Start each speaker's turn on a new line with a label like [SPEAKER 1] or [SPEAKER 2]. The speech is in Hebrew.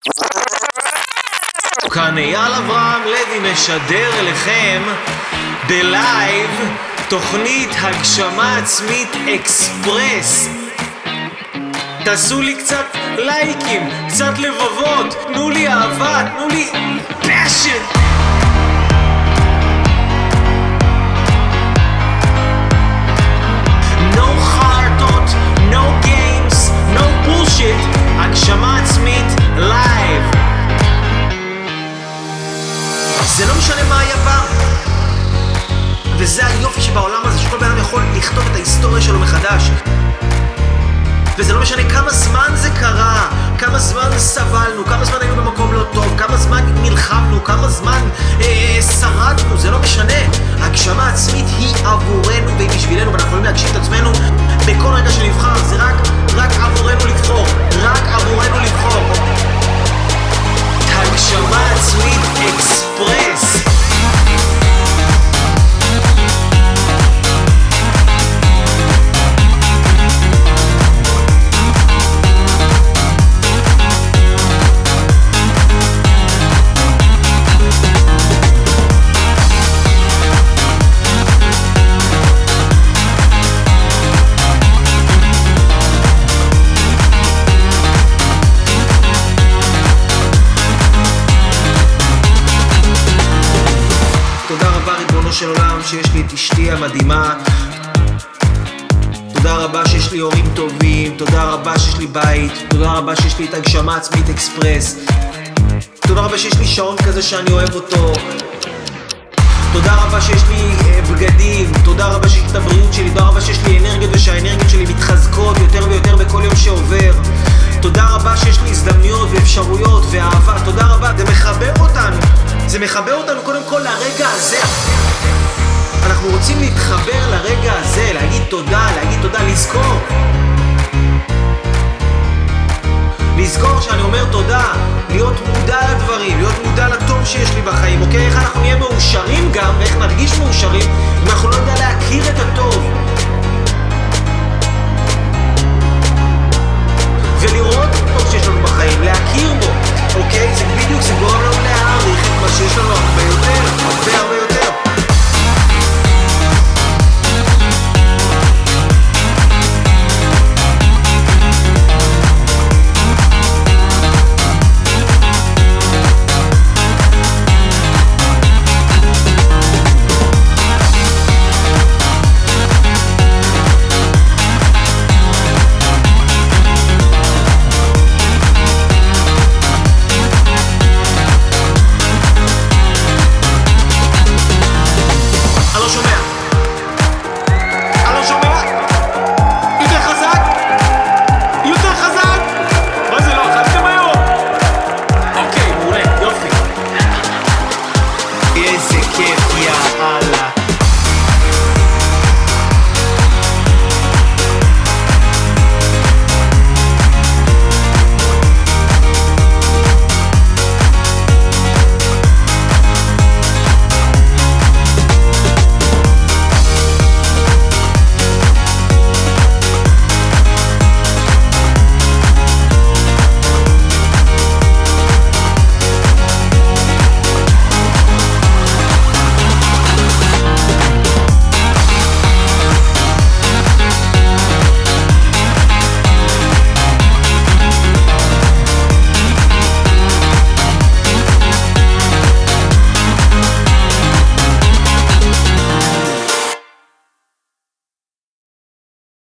[SPEAKER 1] כאן אייל אברהם לוי משדר אליכם בלייב תוכנית הגשמה עצמית אקספרס. תעשו לי קצת לייקים, קצת לבבות, תנו לי אהבה, תנו לי passion. No hard thought, no games, no bullshit, הגשמה עצמית לייב. זה לא משנה מה היה פעם, וזה היופי שבעולם הזה, שכל בן אדם יכול לכתוב את ההיסטוריה שלו מחדש. וזה לא משנה כמה זמן זה קרה, כמה זמן סבלנו, כמה זמן היינו במקום לא טוב, כמה זמן נלחמנו, כמה זמן שרדנו, זה לא משנה. הגשמה עצמית היא עבורנו והיא בשבילנו, ואנחנו יכולים להגשים את עצמנו בכל רגע שנבחר. זה רק עבורנו לבחור, רק עבורנו לבחור. הגשמה עצמית אקספרס. של עולם שיש לי את אשתי המדהימה, תודה רבה שיש לי הורים טובים, תודה רבה שיש לי בית, תודה רבה שיש לי את הגשמה עצמית אקספרס, תודה רבה שיש לי שעון כזה שאני אוהב אותו, תודה רבה שיש לי בגדים, תודה רבה שיש לי את הבריאות שלי, תודה רבה שיש לי אנרגיות ושהאנרגיות שלי מתחזקות יותר ויותר בכל יום שעובר, תודה רבה שיש לי הזדמנויות ואפשרויות ואהבה, תודה רבה. זה מחבר אותנו, זה מחבר אותנו קודם כל לרגע הזה. אנחנו רוצים להתחבר לרגע הזה, להגיד תודה, לזכור שאני אומר תודה, להיות מודע לדברים, להיות מודע לטוב שיש לי בחיים, אוקיי? איך אנחנו נהיה מאושרים גם, ואיך נרגיש מאושרים אם אנחנו לא יודע להכיר את הטוב ולראות את הטוב שיש לנו בחיים, להכיר